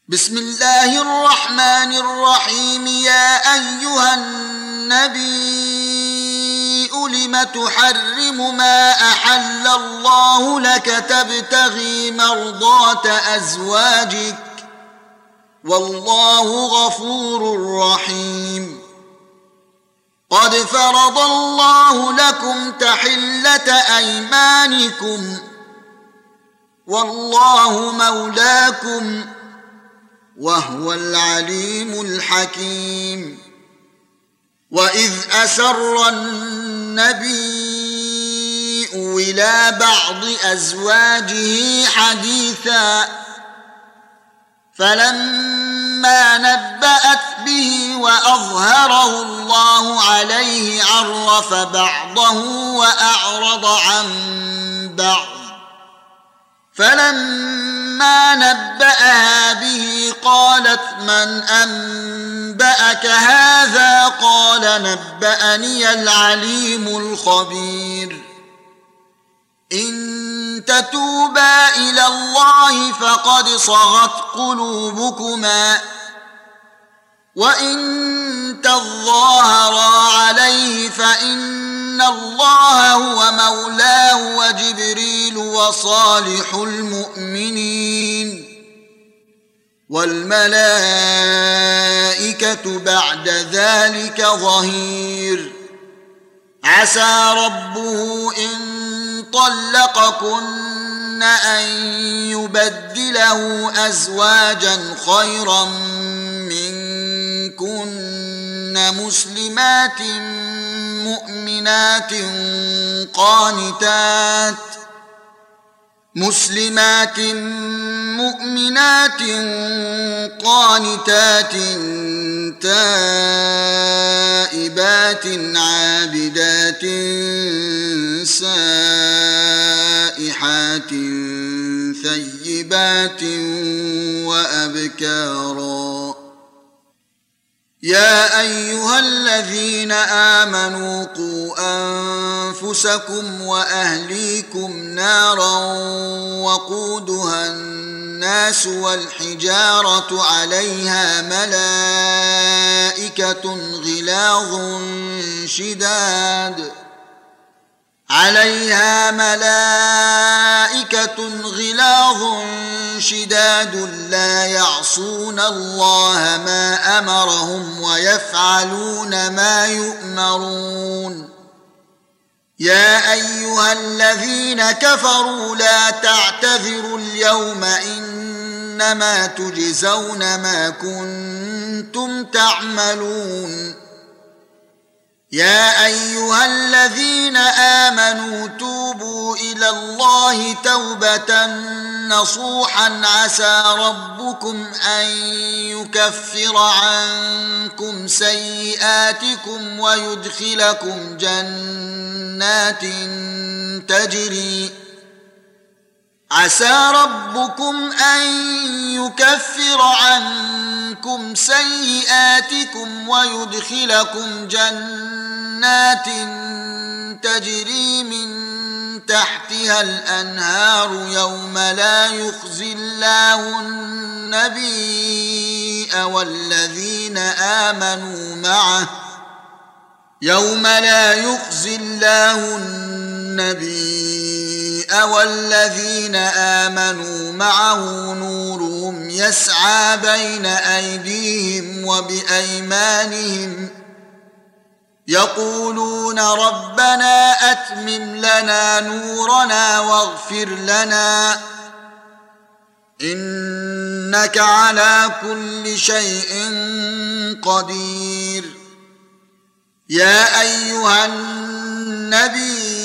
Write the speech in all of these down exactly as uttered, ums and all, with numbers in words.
بسم الله الرحمن الرحيم. يا أيها النبي لم تحرم ما أحل الله لك تبتغي مرضات أزواجك والله غفور رحيم. قد فرض الله لكم تحلة أيمانكم والله مولاكم وهو العليم الحكيم. وإذ أسر النبي إلى بعض أزواجه حديثا فلما نبأت به وأظهره الله عليه عرف بعضه وأعرض عن بعض، فلما نبأها به قالت من أنبأك هذا؟ قال نبأني العليم الخبير. إن تتوبا إلى الله فقد صغت قلوبكما وإن تظاهرا عليه فإن الله هو مولاه وجبريل وصالح المؤمنين والملائكة بعد ذلك ظهير. عسى ربه إن طلقكن أن يبدله أزواجا خيرا منكن مسلمات مؤمنات قانتات مسلمات مؤمنات قانتات تائبات عابدات سائحات ثيبات وأبكارا. يا أيها الذين آمنوا قوا أنفسكم وأهليكم نارا وقودها الناس والحجارة عليها ملائكة غلاظ شداد عليها ملائكة غلاظ شداد لا يعصون الله ما أمرهم ويفعلون ما يؤمرون. يا أيها الذين كفروا لا تعتذروا اليوم إنما تجزون ما كنتم تعملون. يا أيها الذين آمنوا توبوا إلى الله توبة نصوحا عسى ربكم أن يكفر عنكم سيئاتكم ويدخلكم جنات تجري عسى ربكم أن يكفر عنكم سيئاتكم ويدخلكم جنات تجري من تحتها الأنهار يوم لا يخزي الله النبي والذين آمنوا معه يوم لا يخزي الله النبي والذين آمنوا معه نورهم يسعى بين أيديهم وبأيمانهم يقولون ربنا أتمم لنا نورنا واغفر لنا إنك على كل شيء قدير. يا أيها النبي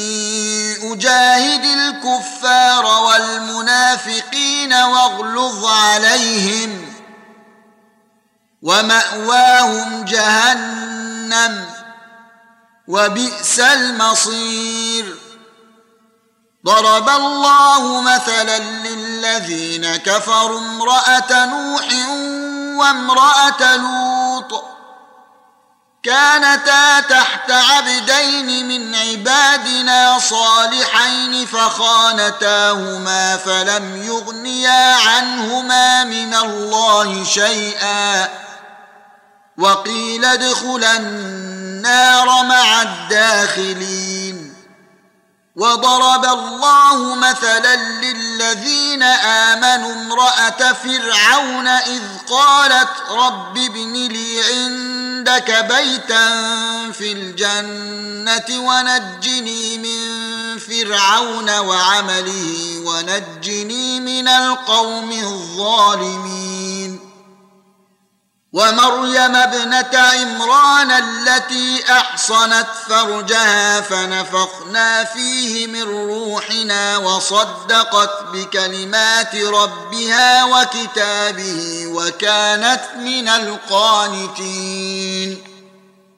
جاهد الكفار والمنافقين واغلظ عليهم ومأواهم جهنم وبئس المصير. ضرب الله مثلا للذين كفروا امرأة نوح وامرأة لوط كانتا تحت عبدين من عبادنا صالحين فخانتاهما فلم يغنيا عنهما من الله شيئا وقيل ادخلا النار مع الداخلين. وضرب الله مثلا للذين آمنوا امرأة فرعون إذ قالت رب ابن لي عندك بيتا في الجنة ونجني من فرعون وعمله ونجني من القوم الظالمين. ومريم ابنة عمران التي أحصنت فرجها فنفخنا فيه من روحنا وصدقت بكلمات ربها وكتابه وكانت من القانتين.